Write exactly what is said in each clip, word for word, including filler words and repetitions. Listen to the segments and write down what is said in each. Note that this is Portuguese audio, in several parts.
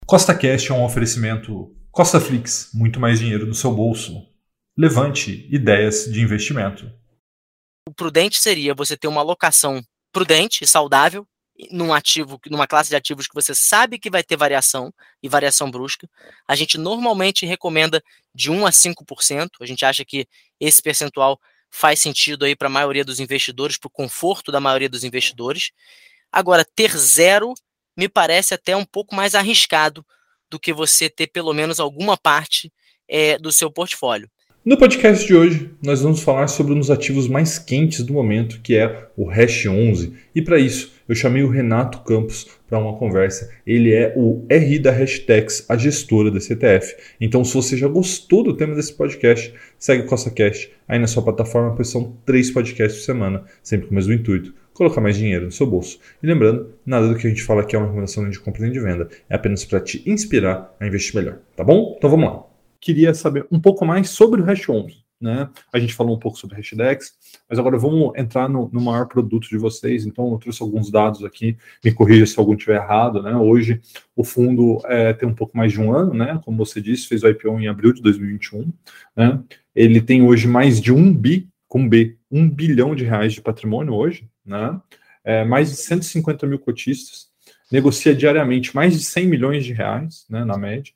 CostaCast é um oferecimento CostaFlix, muito mais dinheiro no seu bolso. Levante ideias de investimento. O prudente seria você ter uma alocação prudente e saudável num ativo, numa classe de ativos que você sabe que vai ter variação e variação brusca. A gente normalmente recomenda de um a cinco por cento. A gente acha que esse percentual faz sentido aí para a maioria dos investidores, para o conforto da maioria dos investidores. Agora, ter zero me parece até um pouco mais arriscado do que você ter pelo menos alguma parte é, do seu portfólio. No podcast de hoje, nós vamos falar sobre um dos ativos mais quentes do momento, que é o Hash onze. E para isso, eu chamei o Renato Campos para uma conversa. Ele é o R I da Hashdex, a gestora desse E T F. Então, se você já gostou do tema desse podcast, segue o CostaCast aí na sua plataforma, pois são três podcasts por semana, sempre com o mesmo intuito: colocar mais dinheiro no seu bolso. E lembrando, nada do que a gente fala aqui é uma recomendação nem de compra nem de venda. É apenas para te inspirar a investir melhor, tá bom? Então vamos lá. Queria saber um pouco mais sobre o Hash onze. Né? A gente falou um pouco sobre o Hashdex, mas agora vamos entrar no, no maior produto de vocês. Então eu trouxe alguns dados aqui, me corrija se algum estiver errado. Né? Hoje o fundo é, tem um pouco mais de um ano, né? Como você disse, fez o I P O em abril de dois mil e vinte e um. Né? Ele tem hoje mais de um bi, com B, um bilhão de reais de patrimônio hoje, né? É, mais de cento e cinquenta mil cotistas, negocia diariamente mais de cem milhões de reais, né, na média.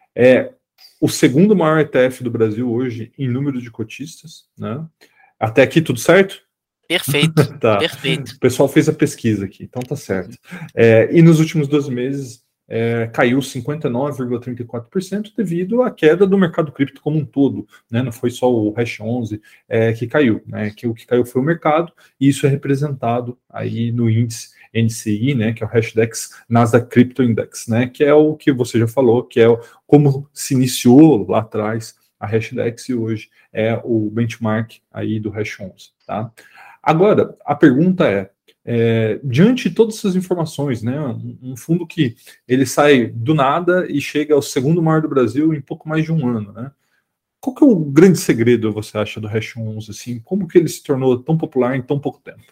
É o segundo maior E T F do Brasil hoje em número de cotistas, né? Até aqui tudo certo? Perfeito, tá. perfeito. O pessoal fez a pesquisa aqui, então tá certo. É, e nos últimos doze meses é, caiu cinquenta e nove vírgula trinta e quatro por cento devido à queda do mercado cripto como um todo, né? Não foi só o Hash onze é, que caiu, né? Que o que caiu foi o mercado, e isso é representado aí no índice N C I, né, que é o Hashdex Nasdaq Crypto Index, né, que é o que você já falou, que é o, como se iniciou lá atrás a Hashdex e hoje é o benchmark aí do Hash onze, tá? Agora, a pergunta é, é diante de todas essas informações, né, um, um fundo que ele sai do nada e chega ao segundo maior do Brasil em pouco mais de um ano, né? Qual que é o grande segredo, você acha, do Hash onze, assim? Como que ele se tornou tão popular em tão pouco tempo?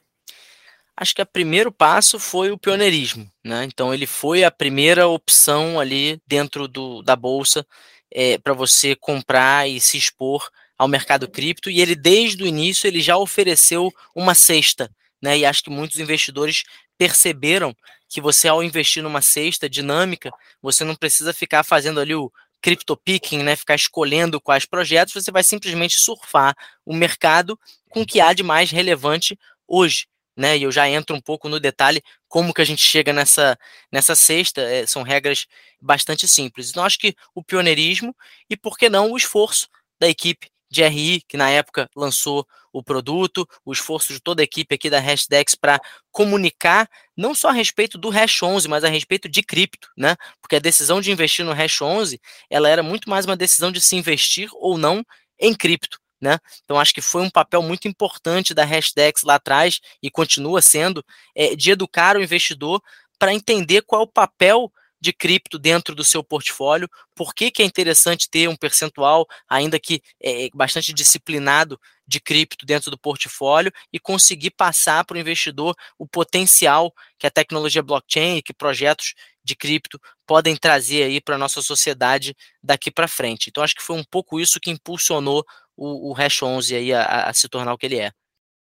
Acho que o primeiro passo foi o pioneirismo, né? Então ele foi a primeira opção ali dentro do, da bolsa é, para você comprar e se expor ao mercado cripto, e ele desde o início ele já ofereceu uma cesta, né? E acho que muitos investidores perceberam que você, ao investir numa cesta dinâmica, você não precisa ficar fazendo ali o crypto picking, né? Ficar escolhendo quais projetos, você vai simplesmente surfar o mercado com o que há de mais relevante hoje. Né, e eu já entro um pouco no detalhe como que a gente chega nessa, nessa cesta, é, são regras bastante simples. Então, acho que o pioneirismo e, por que não, o esforço da equipe de R I, que na época lançou o produto, o esforço de toda a equipe aqui da Hashdex para comunicar não só a respeito do Hash onze, mas a respeito de cripto, né? Porque a decisão de investir no Hash onze, ela era muito mais uma decisão de se investir ou não em cripto. Né? Então acho que foi um papel muito importante da Hashdex lá atrás e continua sendo é, de educar o investidor para entender qual é o papel de cripto dentro do seu portfólio, por que, que é interessante ter um percentual, ainda que é, bastante disciplinado, de cripto dentro do portfólio e conseguir passar para o investidor o potencial que a tecnologia blockchain e que projetos de cripto podem trazer aí para a nossa sociedade daqui para frente. Então acho que foi um pouco isso que impulsionou o, o Hash onze aí a, a se tornar o que ele é.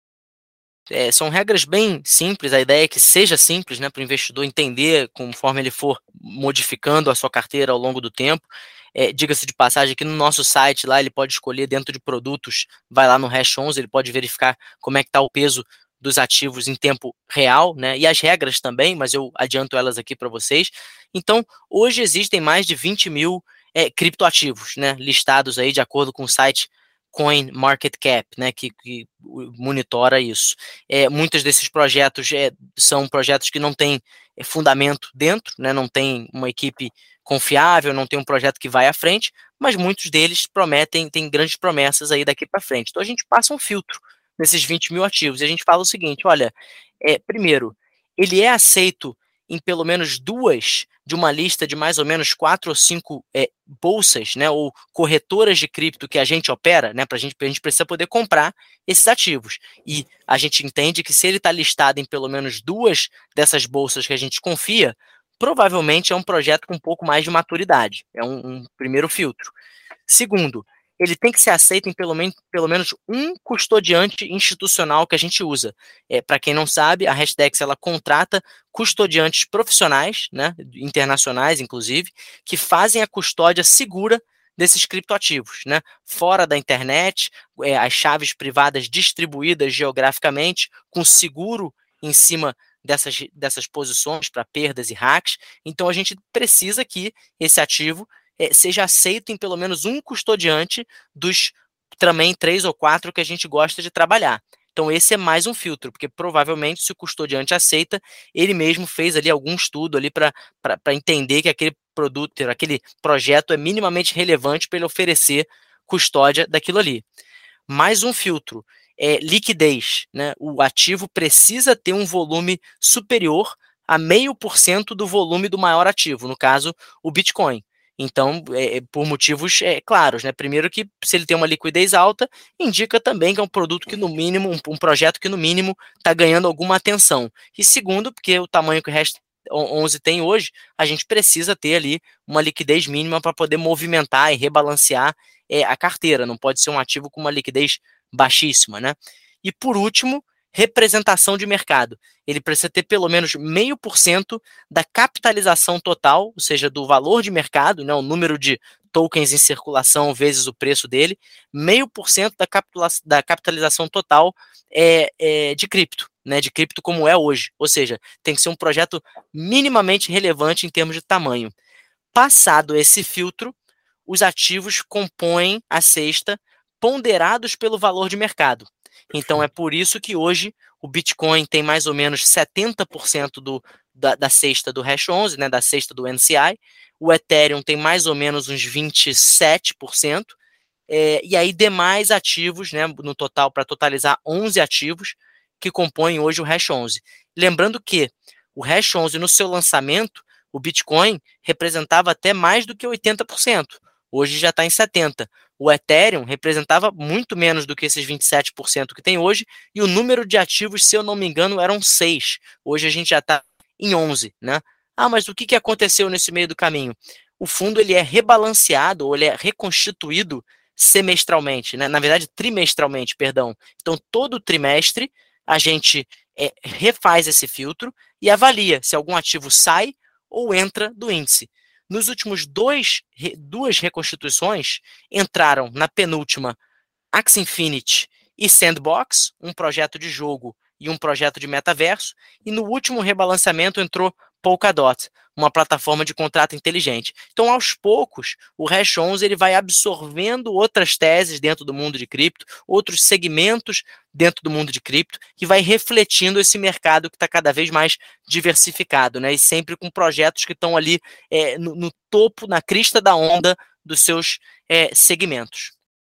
É, são regras bem simples, a ideia é que seja simples, né, para o investidor entender conforme ele for modificando a sua carteira ao longo do tempo. É, diga-se de passagem, aqui no nosso site lá ele pode escolher dentro de produtos, vai lá no Hash onze, ele pode verificar como é que está o peso dos ativos em tempo real, né, e as regras também, mas eu adianto elas aqui para vocês. Então, hoje existem mais de vinte mil é, criptoativos, né, listados aí de acordo com o site CoinMarketCap, né, que, que monitora isso. É, muitos desses projetos é, são projetos que não têm é, fundamento dentro, né, não tem uma equipe confiável, não tem um projeto que vai à frente, mas muitos deles prometem, têm grandes promessas aí daqui para frente. Então a gente passa um filtro nesses vinte mil ativos e a gente fala o seguinte, olha, é, primeiro, ele é aceito em pelo menos duas de uma lista de mais ou menos quatro ou cinco é, bolsas, né, ou corretoras de cripto que a gente opera, né, pra gente, a gente precisa poder comprar esses ativos. E a gente entende que se ele está listado em pelo menos duas dessas bolsas que a gente confia, provavelmente é um projeto com um pouco mais de maturidade. É um, um primeiro filtro. Segundo, ele tem que ser aceito em pelo, men pelo menos um custodiante institucional que a gente usa. É, para quem não sabe, a Hashdex ela contrata custodiantes profissionais, né, internacionais inclusive, que fazem a custódia segura desses criptoativos, né, fora da internet, é, as chaves privadas distribuídas geograficamente, com seguro em cima dessas, dessas posições para perdas e hacks. Então a gente precisa que esse ativo é, seja aceito em pelo menos um custodiante dos também três ou quatro que a gente gosta de trabalhar. Então esse é mais um filtro, porque provavelmente se o custodiante aceita, ele mesmo fez ali algum estudo ali para entender que aquele produto, aquele projeto é minimamente relevante para ele oferecer custódia daquilo ali. Mais um filtro é liquidez, né? O ativo precisa ter um volume superior a meio por cento do volume do maior ativo, no caso, o Bitcoin. Então, é, por motivos é, claros, né? Primeiro que se ele tem uma liquidez alta, indica também que é um produto que no mínimo, um, um projeto que no mínimo está ganhando alguma atenção. E segundo, porque o tamanho que o Hash onze tem hoje, a gente precisa ter ali uma liquidez mínima para poder movimentar e rebalancear é, a carteira. Não pode ser um ativo com uma liquidez baixíssima, né? E por último, representação de mercado. Ele precisa ter pelo menos meio por cento da capitalização total, ou seja, do valor de mercado, né, o número de tokens em circulação vezes o preço dele, meio por cento da, da capitalização total é, é de cripto, né, de cripto como é hoje. Ou seja, tem que ser um projeto minimamente relevante em termos de tamanho. Passado esse filtro, os ativos compõem a cesta ponderados pelo valor de mercado. Então é por isso que hoje o Bitcoin tem mais ou menos setenta por cento do, da, da cesta do Hash onze, né, da cesta do N C I, o Ethereum tem mais ou menos uns vinte e sete por cento, é, e aí demais ativos, né, no total, para totalizar onze ativos, que compõem hoje o Hash onze. Lembrando que o Hash onze, no seu lançamento, o Bitcoin representava até mais do que oitenta por cento. Hoje já está em setenta por cento. O Ethereum representava muito menos do que esses vinte e sete por cento que tem hoje, e o número de ativos, se eu não me engano, eram seis. Hoje a gente já está em onze, né? Ah, mas o que, que aconteceu nesse meio do caminho? O fundo ele é rebalanceado, ou ele é reconstituído semestralmente, né? Na verdade, trimestralmente, perdão. Então, todo trimestre, a gente é, refaz esse filtro e avalia se algum ativo sai ou entra do índice. Nos últimos dois, duas reconstituições, entraram na penúltima Axie Infinity e Sandbox, um projeto de jogo e um projeto de metaverso, e no último rebalanceamento entrou Polkadot, uma plataforma de contrato inteligente. Então, aos poucos, o Hash onze ele vai absorvendo outras teses dentro do mundo de cripto, outros segmentos dentro do mundo de cripto, que vai refletindo esse mercado que está cada vez mais diversificado, né? E sempre com projetos que estão ali é, no, no topo, na crista da onda dos seus é, segmentos.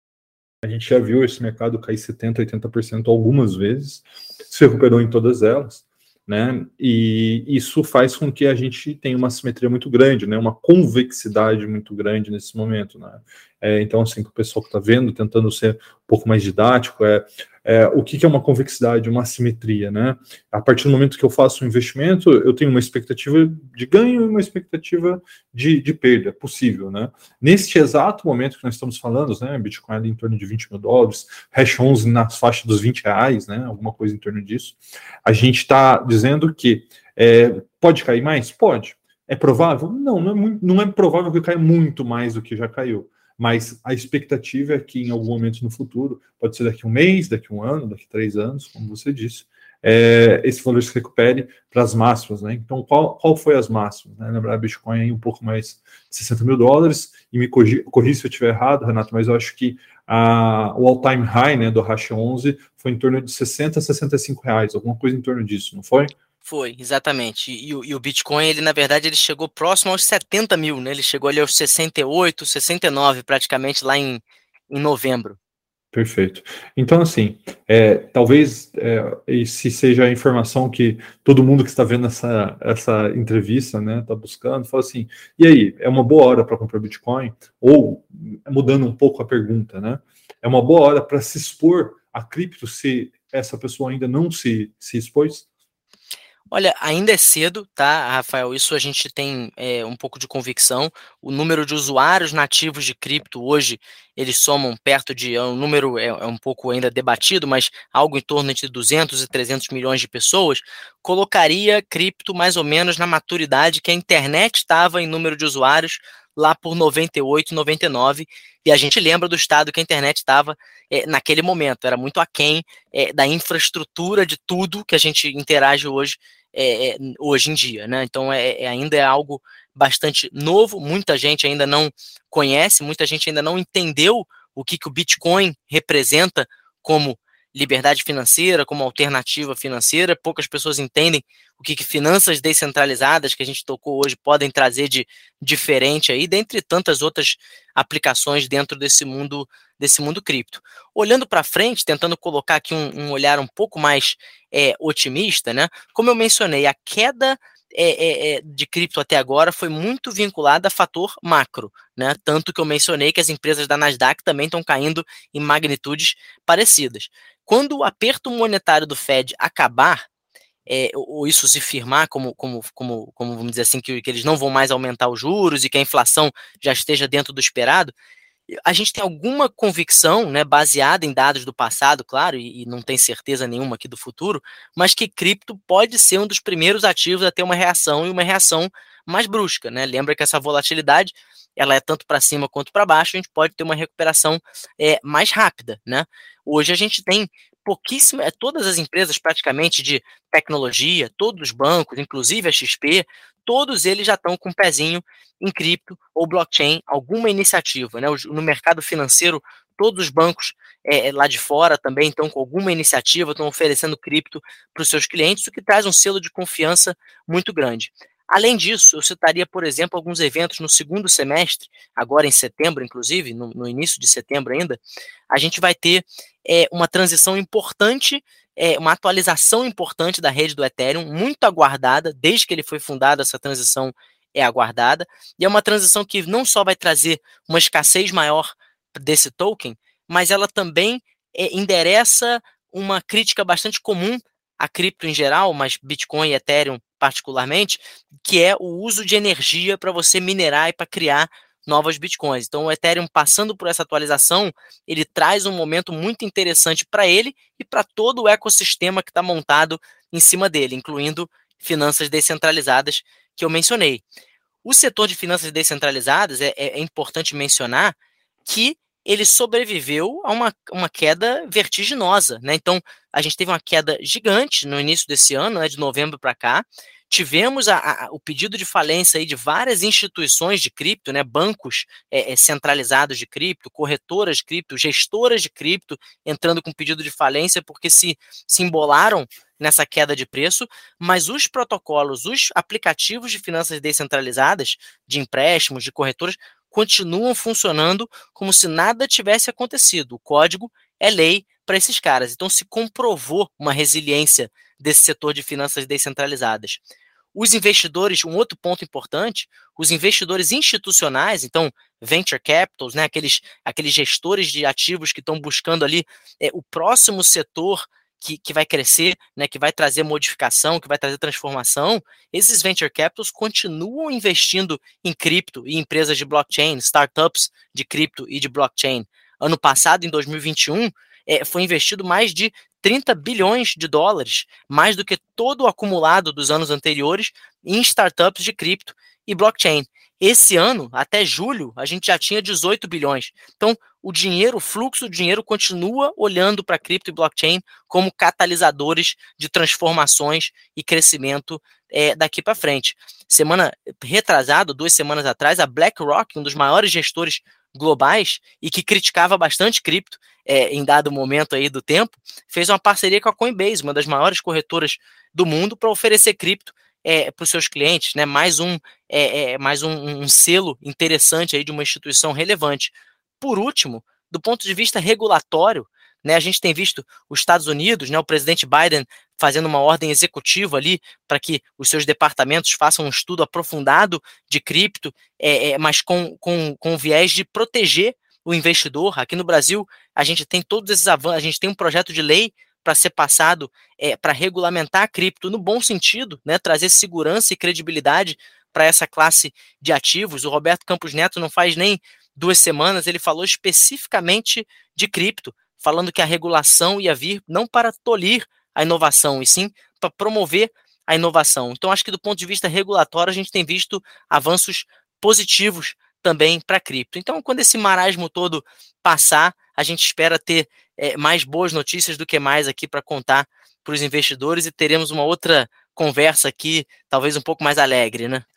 A gente já viu esse mercado cair setenta por cento, oitenta por cento algumas vezes, se recuperou em todas elas, né? E isso faz com que a gente tenha uma simetria muito grande, né? Uma convexidade muito grande nesse momento, né? É, então, assim, para o pessoal que está vendo, tentando ser um pouco mais didático, é, é o que, que é uma convexidade, uma assimetria, né? A partir do momento que eu faço um investimento, eu tenho uma expectativa de ganho e uma expectativa de, de perda possível, né? Neste exato momento que nós estamos falando, né? Bitcoin ali em torno de vinte mil dólares, Hash onze nas faixas dos vinte reais, né? Alguma coisa em torno disso. A gente está dizendo que é, pode cair mais? Pode. É provável? Não, não é, muito, não é provável que caia muito mais do que já caiu. Mas a expectativa é que em algum momento no futuro, pode ser daqui a um mês, daqui a um ano, daqui a três anos, como você disse, é, esse valor se recupere para as máximas, né? Então, qual, qual foi as máximas? Né? Lembrar, Bitcoin aí um pouco mais de sessenta mil dólares, e me corri, corri se eu estiver errado, Renato, mas eu acho que a, o all-time high, né, do Hash onze foi em torno de sessenta a sessenta e cinco reais, alguma coisa em torno disso, não foi? Foi, exatamente. E, e o Bitcoin, ele na verdade, ele chegou próximo aos setenta mil, né? Ele chegou ali aos sessenta e oito, sessenta e nove, praticamente lá em, em novembro. Perfeito. Então, assim, é, talvez é, esse seja a informação que todo mundo que está vendo essa, essa entrevista, né, está buscando, fala assim, e aí, é uma boa hora para comprar Bitcoin? Ou, mudando um pouco a pergunta, né, é uma boa hora para se expor a cripto se essa pessoa ainda não se, se expôs? Olha, ainda é cedo, tá, Rafael? Isso a gente tem é, um pouco de convicção. O número de usuários nativos de cripto hoje, eles somam perto de, é um número é, é um pouco ainda debatido, mas algo em torno de duzentos e trezentos milhões de pessoas, colocaria cripto mais ou menos na maturidade que a internet estava em número de usuários lá por noventa e oito, noventa e nove, e a gente lembra do estado que a internet estava é, naquele momento, era muito aquém é, da infraestrutura de tudo que a gente interage hoje é, é, hoje em dia, né? Então é, é, ainda é algo bastante novo, muita gente ainda não conhece, muita gente ainda não entendeu o que, que o Bitcoin representa como liberdade financeira, como alternativa financeira. Poucas pessoas entendem o que, que finanças descentralizadas que a gente tocou hoje podem trazer de diferente aí, dentre tantas outras aplicações dentro desse mundo desse mundo cripto. Olhando para frente, tentando colocar aqui um, um olhar um pouco mais é, otimista, né? Como eu mencionei, a queda é, é, de cripto até agora foi muito vinculada a fator macro, né? Tanto que eu mencionei que as empresas da Nasdaq também estão caindo em magnitudes parecidas. Quando o aperto monetário do Fed acabar, é, ou isso se firmar como, como, como, como vamos dizer assim, que, que eles não vão mais aumentar os juros e que a inflação já esteja dentro do esperado, a gente tem alguma convicção, né, baseada em dados do passado, claro, e, e não tem certeza nenhuma aqui do futuro, mas que cripto pode ser um dos primeiros ativos a ter uma reação e uma reação mais brusca, né? Lembra que essa volatilidade ela é tanto para cima quanto para baixo, a gente pode ter uma recuperação é, mais rápida, né? Hoje a gente tem pouquíssimas, todas as empresas praticamente de tecnologia, todos os bancos, inclusive a X P, todos eles já estão com um pezinho em cripto ou blockchain, alguma iniciativa, né? No mercado financeiro, todos os bancos é, lá de fora também estão com alguma iniciativa, estão oferecendo cripto para os seus clientes, o que traz um selo de confiança muito grande. Além disso, eu citaria, por exemplo, alguns eventos no segundo semestre, agora em setembro, inclusive, no, no início de setembro ainda, a gente vai ter é, uma transição importante, é, uma atualização importante da rede do Ethereum, muito aguardada, desde que ele foi fundado, essa transição é aguardada, e é uma transição que não só vai trazer uma escassez maior desse token, mas ela também é, endereça uma crítica bastante comum a cripto em geral, mas Bitcoin e Ethereum particularmente, que é o uso de energia para você minerar e para criar novas Bitcoins. Então o Ethereum passando por essa atualização, ele traz um momento muito interessante para ele e para todo o ecossistema que está montado em cima dele, incluindo finanças descentralizadas que eu mencionei. O setor de finanças descentralizadas, é, é importante mencionar que ele sobreviveu a uma, uma queda vertiginosa, né? Então, a gente teve uma queda gigante no início desse ano, né, de novembro para cá. Tivemos a, a, o pedido de falência aí de várias instituições de cripto, né, bancos é, é, centralizados de cripto, corretoras de cripto, gestoras de cripto, entrando com pedido de falência porque se, se embolaram nessa queda de preço, mas os protocolos, os aplicativos de finanças descentralizadas, de empréstimos, de corretoras, continuam funcionando como se nada tivesse acontecido. O código é lei para esses caras. Então se comprovou uma resiliência desse setor de finanças descentralizadas. Os investidores, um outro ponto importante, os investidores institucionais, então venture capitals, né, aqueles, aqueles gestores de ativos que estão buscando ali é, o próximo setor que, que vai crescer, né, que vai trazer modificação, que vai trazer transformação, esses venture capitals continuam investindo em cripto e empresas de blockchain, startups de cripto e de blockchain. Ano passado, em dois mil e vinte e um, é, foi investido mais de trinta bilhões de dólares, mais do que todo o acumulado dos anos anteriores em startups de cripto e blockchain. Esse ano, até julho, a gente já tinha dezoito bilhões. Então, o dinheiro, o fluxo de dinheiro continua olhando para cripto e blockchain como catalisadores de transformações e crescimento é, daqui para frente. Semana retrasada, duas semanas atrás, a BlackRock, um dos maiores gestores globais e que criticava bastante cripto é, em dado momento aí do tempo, fez uma parceria com a Coinbase, uma das maiores corretoras do mundo, para oferecer cripto é, para os seus clientes, né? Mais um, é, é, mais um, um selo interessante aí de uma instituição relevante. Por último, do ponto de vista regulatório, né, a gente tem visto os Estados Unidos, né, o presidente Biden fazendo uma ordem executiva ali para que os seus departamentos façam um estudo aprofundado de cripto, é, é, mas com, com, com o viés de proteger o investidor. Aqui no Brasil, a gente tem todos esses avanços, a gente tem um projeto de lei para ser passado é, para regulamentar a cripto no bom sentido, né, trazer segurança e credibilidade para essa classe de ativos. O Roberto Campos Neto, não faz nem duas semanas, ele falou especificamente de cripto, falando que a regulação ia vir não para tolir a inovação, e sim para promover a inovação. Então, acho que do ponto de vista regulatório, a gente tem visto avanços positivos também para cripto. Então, quando esse marasmo todo passar, a gente espera ter é, mais boas notícias do que mais aqui para contar para os investidores, e teremos uma outra conversa aqui, talvez um pouco mais alegre, né?